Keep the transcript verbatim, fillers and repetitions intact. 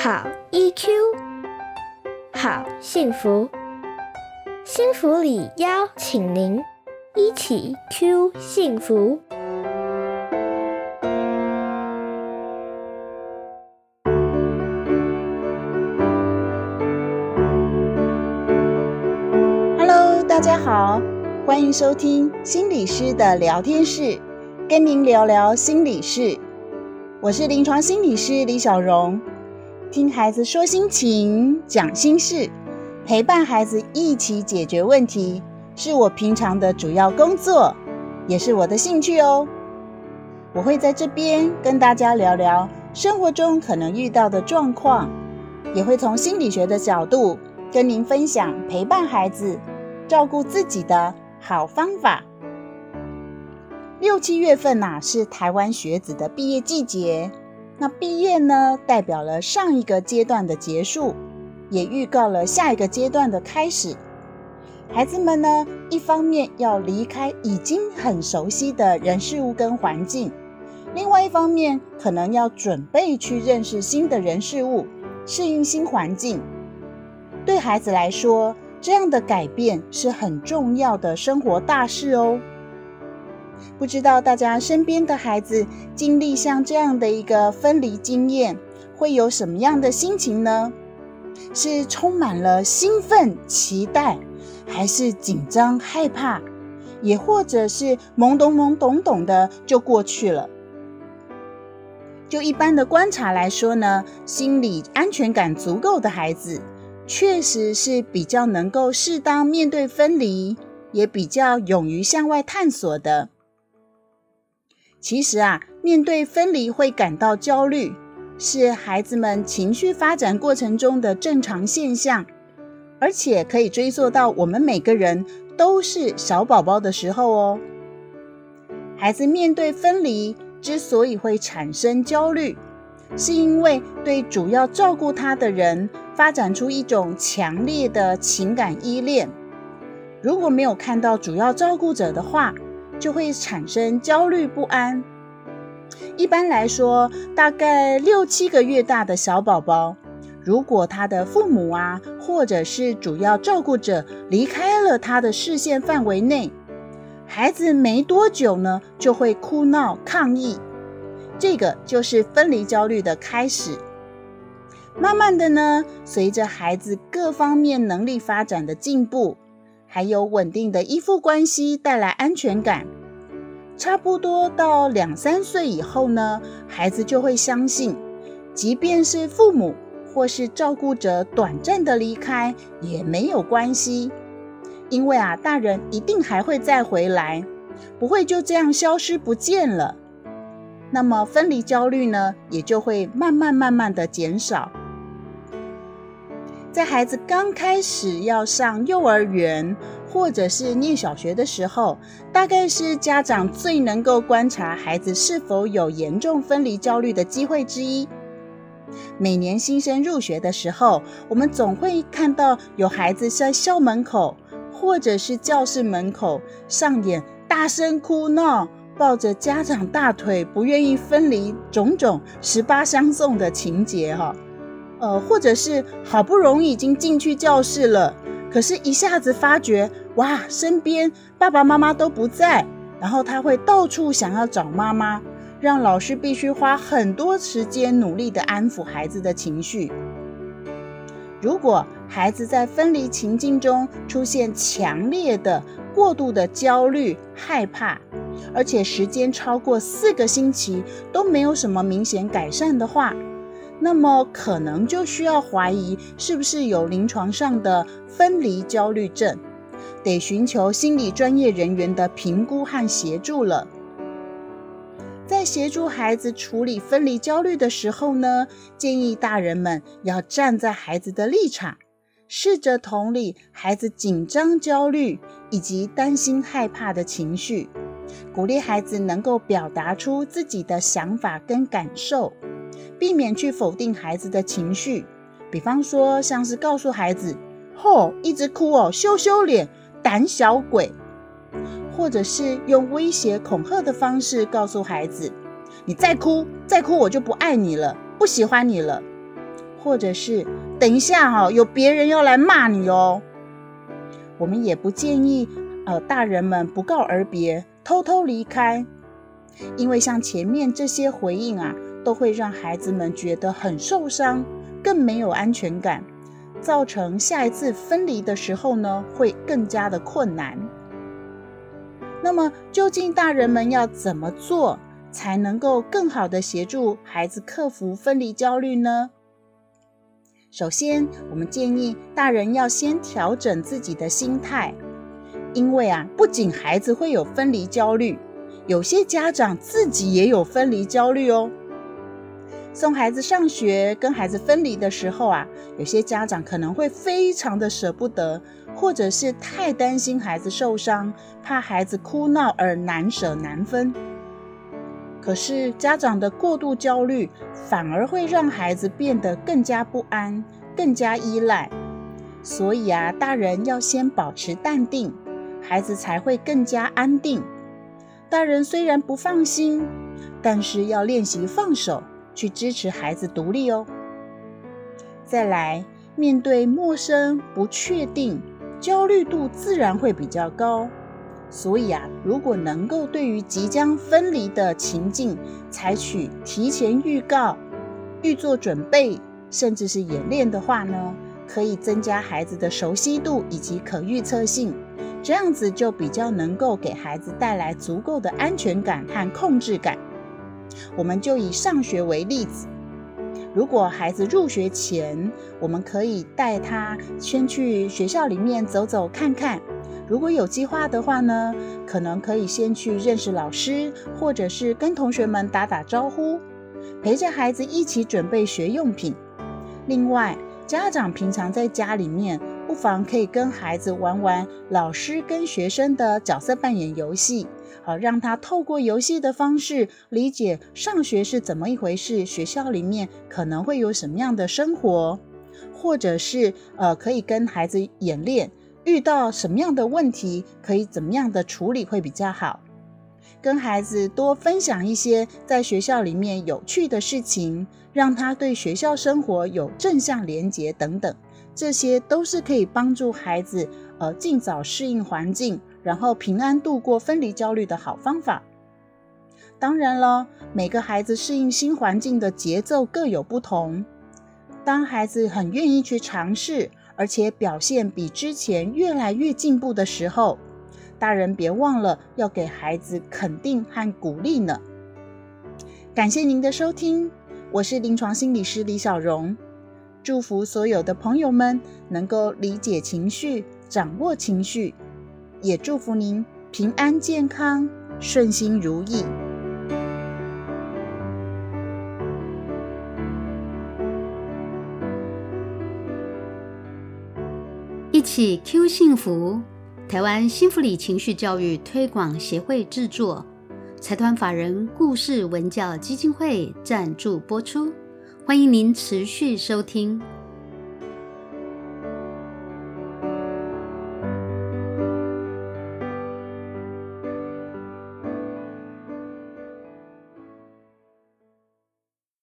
好 E Q， 好幸福，幸福里邀请您一起 Q 幸福。 Hello， 大家好，欢迎收听心理师的聊天室，跟您聊聊心理事。我是临床心理师李小蓉，听孩子说心情，讲心事，陪伴孩子一起解决问题，是我平常的主要工作，也是我的兴趣哦。我会在这边跟大家聊聊生活中可能遇到的状况，也会从心理学的角度跟您分享陪伴孩子、照顾自己的好方法。六七月份啊，是台湾学子的毕业季节。那毕业呢，代表了上一个阶段的结束，也预告了下一个阶段的开始。孩子们呢，一方面要离开已经很熟悉的人事物跟环境，另外一方面可能要准备去认识新的人事物，适应新环境。对孩子来说，这样的改变是很重要的生活大事哦。不知道大家身边的孩子经历像这样的一个分离经验，会有什么样的心情呢？是充满了兴奋、期待，还是紧张、害怕，也或者是懵懂懵懂懂的就过去了？就一般的观察来说呢，心理安全感足够的孩子，确实是比较能够适当面对分离，也比较勇于向外探索的。其实啊，面对分离会感到焦虑，是孩子们情绪发展过程中的正常现象，而且可以追溯到我们每个人都是小宝宝的时候哦。孩子面对分离之所以会产生焦虑，是因为对主要照顾他的人发展出一种强烈的情感依恋。如果没有看到主要照顾者的话，就会产生焦虑不安。一般来说，大概六七个月大的小宝宝，如果他的父母啊，或者是主要照顾者离开了他的视线范围内，孩子没多久呢，就会哭闹抗议。这个就是分离焦虑的开始。慢慢的呢，随着孩子各方面能力发展的进步，还有稳定的依附关系带来安全感，差不多到两三岁以后呢，孩子就会相信，即便是父母或是照顾者短暂的离开也没有关系，因为啊，大人一定还会再回来，不会就这样消失不见了。那么分离焦虑呢，也就会慢慢慢慢的减少。在孩子刚开始要上幼儿园或者是念小学的时候，大概是家长最能够观察孩子是否有严重分离焦虑的机会之一。每年新生入学的时候，我们总会看到有孩子在校门口或者是教室门口上演大声哭闹，抱着家长大腿不愿意分离，种种十八相送的情节哈。呃，或者是好不容易已经进去教室了，可是一下子发觉，哇，身边爸爸妈妈都不在，然后他会到处想要找妈妈，让老师必须花很多时间努力的安抚孩子的情绪。如果孩子在分离情境中出现强烈的、过度的焦虑、害怕，而且时间超过四个星期都没有什么明显改善的话，那么可能就需要怀疑是不是有临床上的分离焦虑症，得寻求心理专业人员的评估和协助了。在协助孩子处理分离焦虑的时候呢，建议大人们要站在孩子的立场，试着同理孩子紧张、焦虑以及担心、害怕的情绪，鼓励孩子能够表达出自己的想法跟感受，避免去否定孩子的情绪。比方说像是告诉孩子，吼，一直哭哦，羞羞脸，胆小鬼。或者是用威胁恐吓的方式告诉孩子，你再哭再哭我就不爱你了，不喜欢你了。 或者是等一下哈、哦，有别人要来骂你哦。我们也不建议呃大人们不告而别，偷偷离开，因为像前面这些回应啊，都会让孩子们觉得很受伤，更没有安全感，造成下一次分离的时候呢，会更加的困难。那么究竟大人们要怎么做才能够更好的协助孩子克服分离焦虑呢？首先，我们建议大人要先调整自己的心态，因为啊，不仅孩子会有分离焦虑，有些家长自己也有分离焦虑哦。送孩子上学跟孩子分离的时候啊，有些家长可能会非常的舍不得，或者是太担心孩子受伤，怕孩子哭闹而难舍难分。可是家长的过度焦虑反而会让孩子变得更加不安，更加依赖。所以啊，大人要先保持淡定，孩子才会更加安定。大人虽然不放心，但是要练习放手，去支持孩子独立哦。再来，面对陌生、不确定，焦虑度自然会比较高。所以啊，如果能够对于即将分离的情境采取提前预告、预做准备，甚至是演练的话呢，可以增加孩子的熟悉度以及可预测性，这样子就比较能够给孩子带来足够的安全感和控制感。我们就以上学为例子，如果孩子入学前，我们可以带他先去学校里面走走看看，如果有计划的话呢，可能可以先去认识老师，或者是跟同学们打打招呼，陪着孩子一起准备学用品。另外，家长平常在家里面不妨可以跟孩子玩玩老师跟学生的角色扮演游戏，好让他透过游戏的方式理解上学是怎么一回事，学校里面可能会有什么样的生活，或者是呃可以跟孩子演练遇到什么样的问题可以怎么样的处理会比较好。跟孩子多分享一些在学校里面有趣的事情，让他对学校生活有正向连结等等，这些都是可以帮助孩子呃尽早适应环境，然后平安度过分离焦虑的好方法。当然了，每个孩子适应新环境的节奏各有不同，当孩子很愿意去尝试，而且表现比之前越来越进步的时候，大人别忘了要给孩子肯定和鼓励呢。感谢您的收听，我是临床心理师李小蓉，祝福所有的朋友们能够理解情绪，掌握情绪，也祝福您平安健康，顺心如意。 一起 Q 幸福，台湾幸福里情绪教育推广协会制作，财团法人故事文教基金会赞助播出，欢迎您持续收听。